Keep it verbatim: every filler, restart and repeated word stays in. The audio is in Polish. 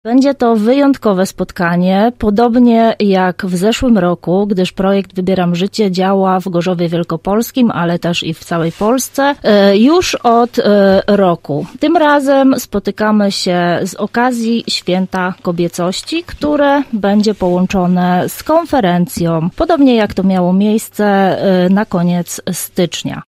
Będzie to wyjątkowe spotkanie, podobnie jak w zeszłym roku, gdyż projekt Wybieram Życie działa w Gorzowie Wielkopolskim, ale też i w całej Polsce już od roku. Tym razem spotykamy się z okazji Święta Kobiecości, które będzie połączone z konferencją, podobnie jak to miało miejsce na koniec stycznia.